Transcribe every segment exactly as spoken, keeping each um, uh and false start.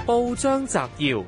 報章摘要：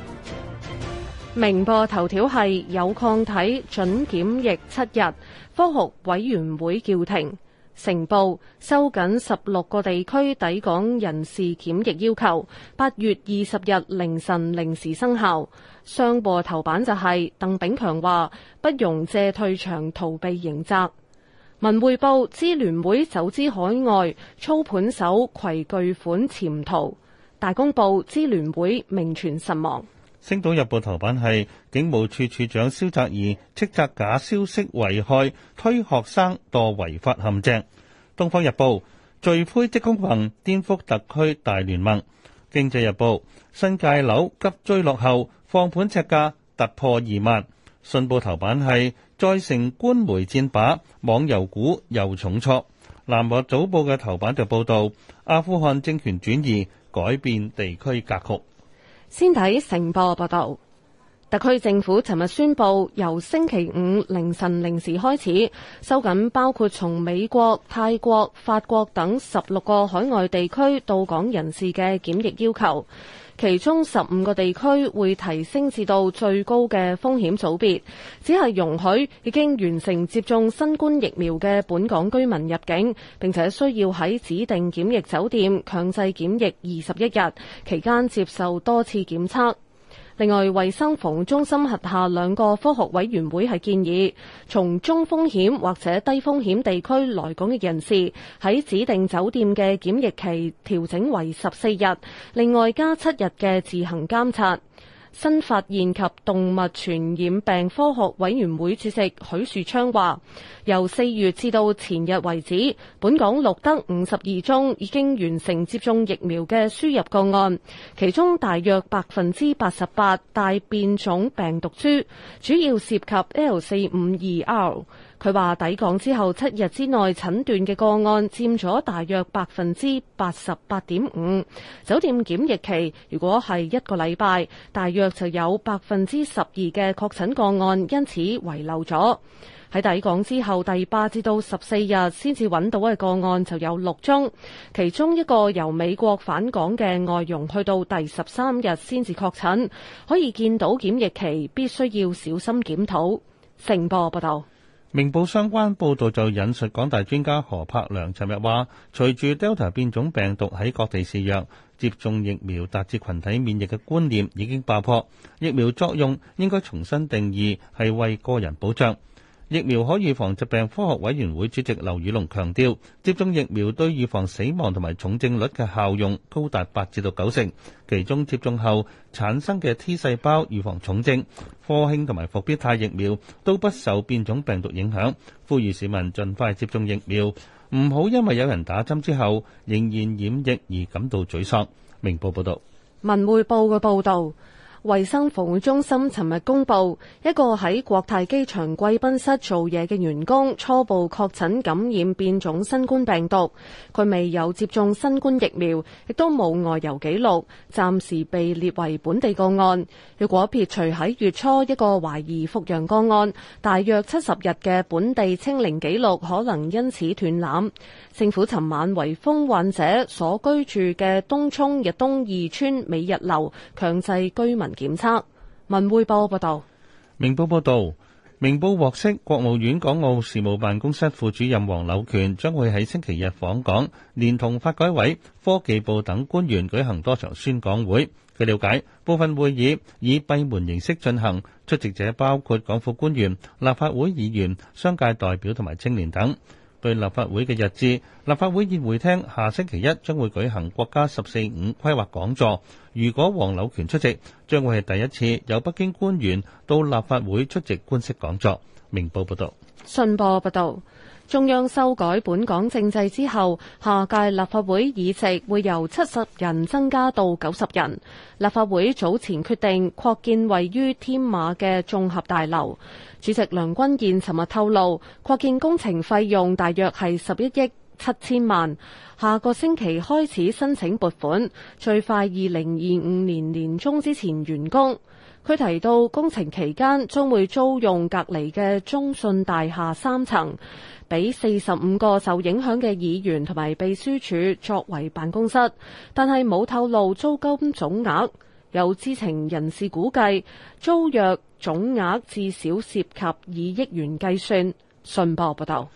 明報頭條係有抗體准檢疫七日，科學委員會叫停。成報收緊十六個地區抵港人士檢疫要求，八月二十日凌晨零時生效。商報頭版就係鄧炳強話不容借退場逃避刑責。文匯報支聯會走資海外，操盤手攜巨款潛逃。大公報支聯會名存實亡。 星島日報頭版係警務處處長蕭澤頤斥責假消息危害，推學生墮違法陷阱。東方日報罪魁職工盟顛覆特區大聯盟。經濟日報新界樓急追落後，放盤尺價突破二萬。信報頭版係再成官媒戰靶，網遊股又重挫。南華早報嘅頭版就報道阿富汗政權轉移，改變地區格局。 先睇成報報道，特區政府尋日宣布，由星期五凌晨零時開始，收緊包括從美國、泰國、法國等十六個海外地區到港人士嘅檢疫要求。其中十五個地區會提升至到最高嘅風險組別，只係容許已經完成接種新冠疫苗嘅本港居民入境，並且需要喺指定檢疫酒店強制檢疫二十一日，期間接受多次檢測。另外，衛生防護中心轄下兩個科學委員會係建議，從中風險或者低風險地區來港嘅人士，喺指定酒店嘅檢疫期調整為十四日，另外加七日嘅自行監察。新發現及動物傳染病科學委員會主席許樹昌話，由四月至到前日為止，本港錄得五十二宗已經完成接種疫苗嘅輸入個案，其中大約百分之八十八帶變種病毒株，主要涉及 L 四五二 R。佢話抵港之後七日之內診斷嘅個案佔咗大約百分之八十八點五，酒店檢疫期如果係一個禮拜，大約就有百分之十二嘅確診個案因此遺漏咗。喺抵港之後第八至到十四日先至揾到嘅個案就有六宗，其中一個由美國返港嘅外傭去到第十三日先至確診，可以見到檢疫期必須要小心檢討。成報報道。 明報相關報導就引述港大專家何柏良尋日話，隨住 Delta 變種病毒喺各地肆虐，接種疫苗達至群體免疫嘅觀念已經爆破，疫苗作用應該重新定義，係為個人保障。疫苗可預防疾病科學委員會主席劉宇龍強調，接種疫苗對預防死亡同埋重症率嘅效用高達八至到九成，其中接種後產生嘅 T 細胞預防重症、科興同埋復必泰疫苗都不受變種病毒影響，呼籲市民盡快接種疫苗，唔好因為有人打針之後仍然染疫而感到沮喪。明報報道。 文匯報嘅報導。衛生防護中心尋日公布，一個喺國泰機場貴賓室做嘢嘅員工初步確診感染變種新冠病毒，佢未有接種新冠疫苗，亦都冇外遊記錄，暫時被列為本地個案。如果撇除喺月初一個懷疑復陽個案，大約七十日嘅本地清零記錄可能因此斷纜。政府尋晚圍封患者所居住嘅東涌日東二村美日樓，強制居民檢測。文匯報報道。 明報報道，明報獲悉，國務院港澳事務辦公室副主任黃柳權將會喺星期日訪港，連同發改委、科技部等官員舉行多場宣講會。據了解，部分會議以閉門形式進行，出席者包括港府官員、立法會議員、商界代表同埋青年等。據立法會嘅日誌，立法會宴會廳下星期一將會舉行國家十四五規劃講座。如果黃柳權出席，將會係第一次有北京官員到立法會出席官式講座。明報報道。 信報報道。中央修改本港政制之後，下屆立法會議席會由七十人增加到九十人。立法會早前決定擴建位於添馬嘅綜合大樓。主席梁君彥尋日透露，擴建工程費用大約係十一億七千萬，下個星期開始申請撥款，最快二零二五年年中之前完工。 佢提到工程期間將會租用隔離嘅中信大廈三層，俾四十五個受影響嘅議員同埋秘書處作為辦公室，但係冇透露租金總額。有知情人士估計租約總額至少涉及二億元計算。信報報道。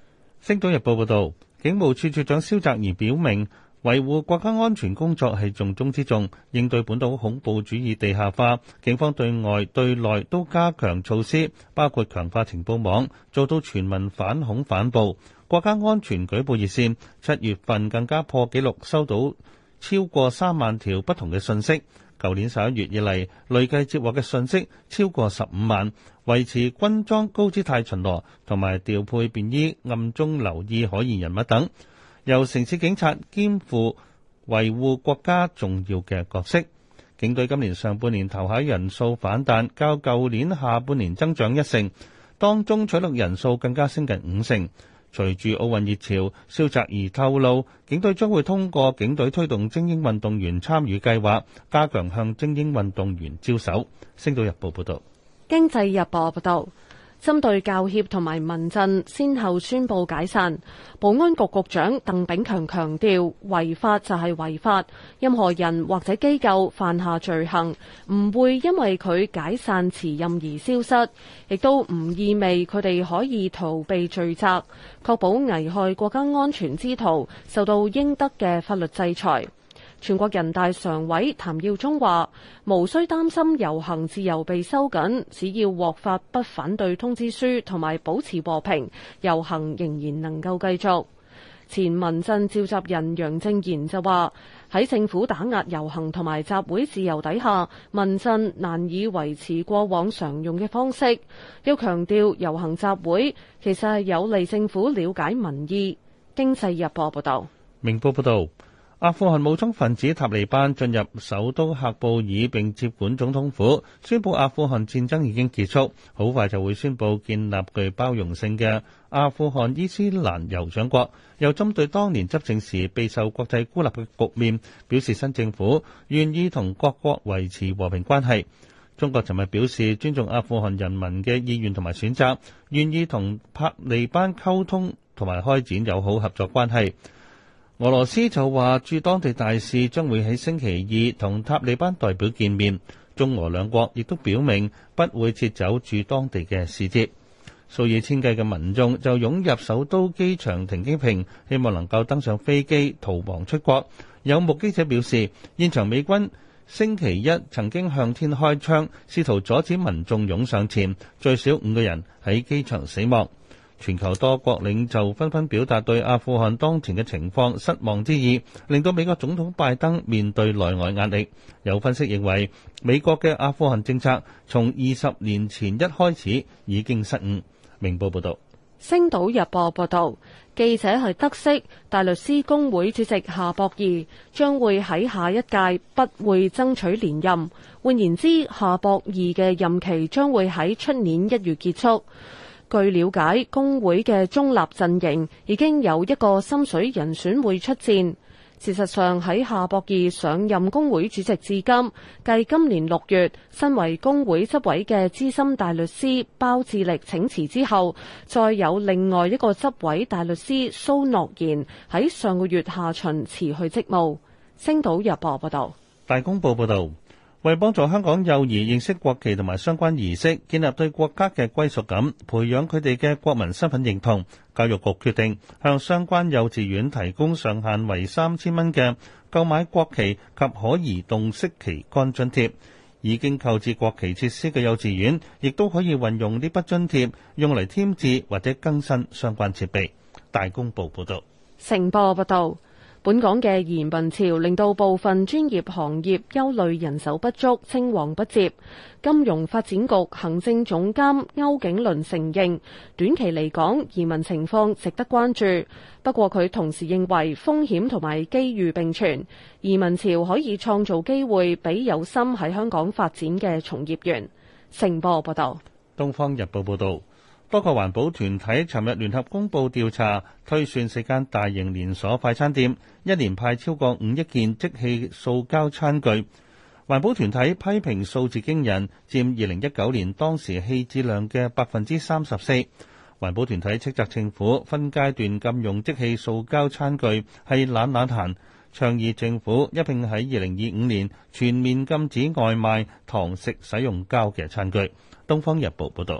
《星島日報》報道，警務處處長蕭澤頤表明，維護國家安全工作係重中之重，應對本土恐怖主義地下化，警方對外對內都加強措施，包括強化情報網，做到全民反恐反暴。國家安全舉報熱線七月份更加破紀錄收到超過三萬條不同嘅信息，舊年十一月以嚟累計接獲嘅信息超過十五萬，維持軍裝高姿態巡邏同埋調配便衣暗中留意可疑人物等，由城市警察肩負維護國家重要嘅角色。警隊今年上半年投考人數反彈，較舊年下半年增長一成，當中取錄人數更加升近五成。隨住奧運熱潮，蕭澤頤透露，警隊將會通過警隊推動精英運動員參與計劃，加強向精英運動員招手。星島日報報道。 經濟日報報道，針對教協同埋民陣先後宣布解散，保安局局長鄧炳強強調，違法就係違法，任何人或者機構犯下罪行，唔會因為佢解散辭任而消失，亦都唔意味佢哋可以逃避罪責，確保危害國家安全之徒受到應得嘅法律制裁。全國人大常委譚耀宗話，無需擔心遊行自由被收緊，只要獲發不反對通知書同埋保持和平，遊行仍然能夠繼續。前民陣召集人楊正賢就話，喺政府打壓遊行同埋集會自由底下，民陣難以維持過往常用嘅方式。又強調遊行集會其實係有利政府了解民意。經濟日報報道。 明報報道。阿富汗武裝分子塔利班進入首都喀布爾並接管總統府，宣布阿富汗戰爭已經結束，好快就會宣布建立具包容性嘅阿富汗伊斯蘭酋長國。又針對當年執政時備受國際孤立嘅局面，表示新政府願意同各國維持和平關係。中國尋日表示尊重阿富汗人民嘅意願同埋選擇，願意同塔利班溝通同埋開展友好合作關係。俄羅斯就話駐當地大使將會喺星期二同塔利班代表見面，中俄兩國亦都表明不會撤走駐當地嘅使節。數以千計嘅民眾就湧入首都機場停機坪，希望能夠登上飛機逃亡出國。有目擊者表示，現場美軍星期一曾經向天開槍，試圖阻止民眾湧上前，最少五個人喺機場死亡。全球多國領袖紛紛表達對阿富汗當前嘅情況失望之意，令到美國總統拜登面對內外壓力。有分析認為，美國嘅阿富汗政策從二十年前一開始已經失誤。明報報道。 星島日報報道，記者係得悉大律師公會主席夏博義將會喺下一屆不會爭取連任，換言之，夏博義嘅任期將會喺出年一月結束。據了解，工會嘅中立陣營已經有一個心水人選會出戰。事實上，喺夏博義上任工會主席至今，繼今年六月身為工會執委嘅資深大律師包致力請辭之後，再有另外一個執委大律師蘇諾賢喺上個月下旬辭去職務。星島日報報道。 大公報報道。為幫助香港幼兒認識國旗同埋相關儀式，建立對國家嘅歸屬感，培養佢哋嘅國民身份認同，教育局決定向相關幼稚園提供上限為三千蚊嘅購買國旗及可移動式旗杆津貼。已經購置國旗設施嘅幼稚園，亦都可以運用呢筆津貼用嚟添置或者更新相關設備。大公報報道。 成報報道。本港嘅移民潮令到部分專業行業憂慮人手不足、青黃不接。金融發展局行政總監歐景倫承認，短期嚟講移民情況值得關注。不過佢同時認為風險同埋機遇並存，移民潮可以創造機會俾有心喺香港發展嘅從業員。成報報道。 東方日報報道。多個環保團體尋日聯合公佈調查，推算四間大型連鎖快餐店一年派超過五億件即棄塑膠餐具。 環保團體批評數字驚人，佔二零一九年當時棄置量嘅百分之三十四。環保團體斥責政府分階段禁用即棄塑膠餐具係懶懶閒，倡議政府一併喺二零二五年全面禁止外賣堂食使用膠嘅餐具。《東方日報》報導。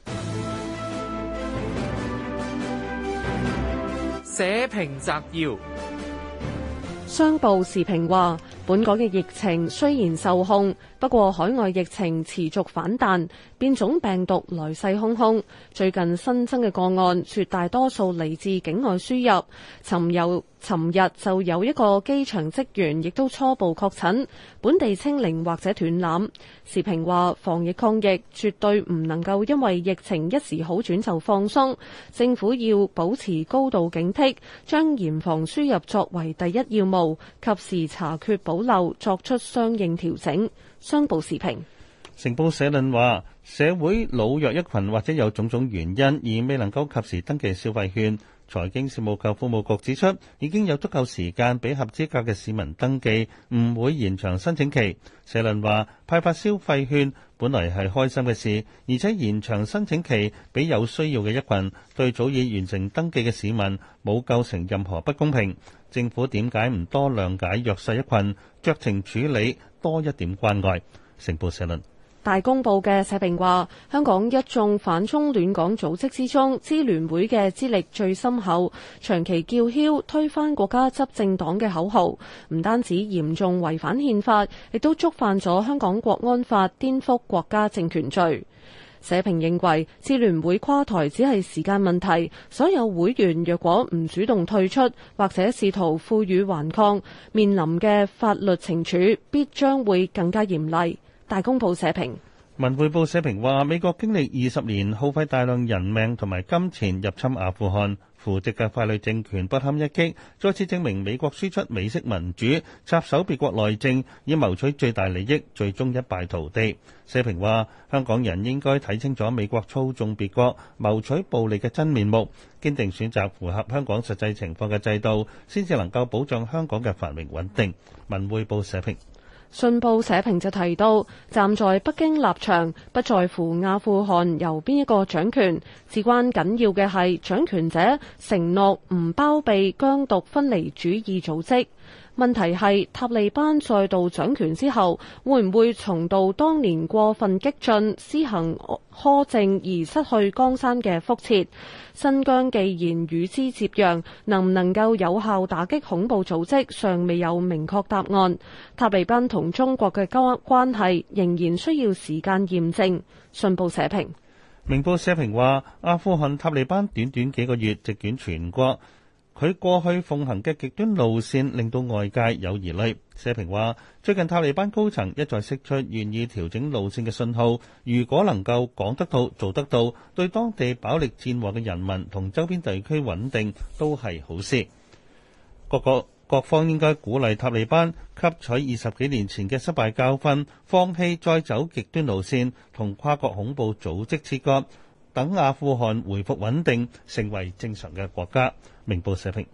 社評摘要。 商報時評話，本港嘅疫情雖然受控，不過海外疫情持續反彈，變種病毒來勢洶洶。最近新增嘅個案絕大多數嚟自境外輸入。尋有尋日就有一個機場職員亦都初步確診，本地清零或者斷纜。時評話，防疫抗疫絕對唔能夠因為疫情一時好轉就放鬆，政府要保持高度警惕，將嚴防輸入作為第一要務，及時查缺補漏，作出相應調整。商報時評。 成報社論話，社會老弱一群或者有種種原因而未能夠及時登記消費券。財經事務及庫務局指出，已經有足夠時間俾合資格嘅市民登記，唔會延長申請期。社論話，派發消費券本來係開心嘅事，而且延長申請期俾有需要嘅一群，對早已完成登記嘅市民冇構成任何不公平。政府點解唔多諒解弱勢一群，酌情處理，多一點關愛？成報社論。 大公報嘅社評話，香港一眾反中亂港組織之中，支聯會嘅資歷最深厚，長期叫囂推翻國家執政黨嘅口號，唔單止嚴重違反憲法，亦都觸犯咗香港國安法顛覆國家政權罪。社評認為，支聯會垮台只係時間問題，所有會員若果唔主動退出，或者試圖負隅頑抗，面臨嘅法律懲處必將會更加嚴厲。大公報社評。 文匯報社評話，美國經歷二十年耗費大量人命同埋金錢入侵阿富汗，扶植嘅傀儡政權不堪一擊，再次證明美國輸出美式民主，插手別國內政，以謀取最大利益，最終一敗塗地。社評話，香港人應該睇清楚美國操縱別國謀取暴利嘅真面目，堅定選擇符合香港實際情況嘅制度，先至能夠保障香港嘅繁榮穩定。文匯報社評。 信報社評就提到，站在北京立場，不在乎阿富汗由邊一個掌權，至關緊要嘅係掌權者承諾唔包庇疆獨分離主義組織。問題係塔利班再度掌權之後，會唔會重蹈當年過分激進、施行苛政而失去江山嘅覆轍？新疆既然與之接壤，能唔能夠有效打擊恐怖組織，尚未有明確答案。塔利班同中國嘅關係仍然需要時間驗證。信報社評。 明報社評話，阿富汗塔利班短短幾個月席捲全國，佢過去奉行嘅極端路線令到外界有疑慮。社評話，最近塔利班高層一再釋出願意調整路線嘅信號，如果能夠講得到做得到，對當地飽歷戰禍嘅人民同周邊地區穩定都係好事。各個各方應該鼓勵塔利班吸取二十幾年前嘅失敗教訓，放棄再走極端路線，同跨國恐怖組織切割，等阿富汗回復穩定，成為正常嘅國家。明報社評。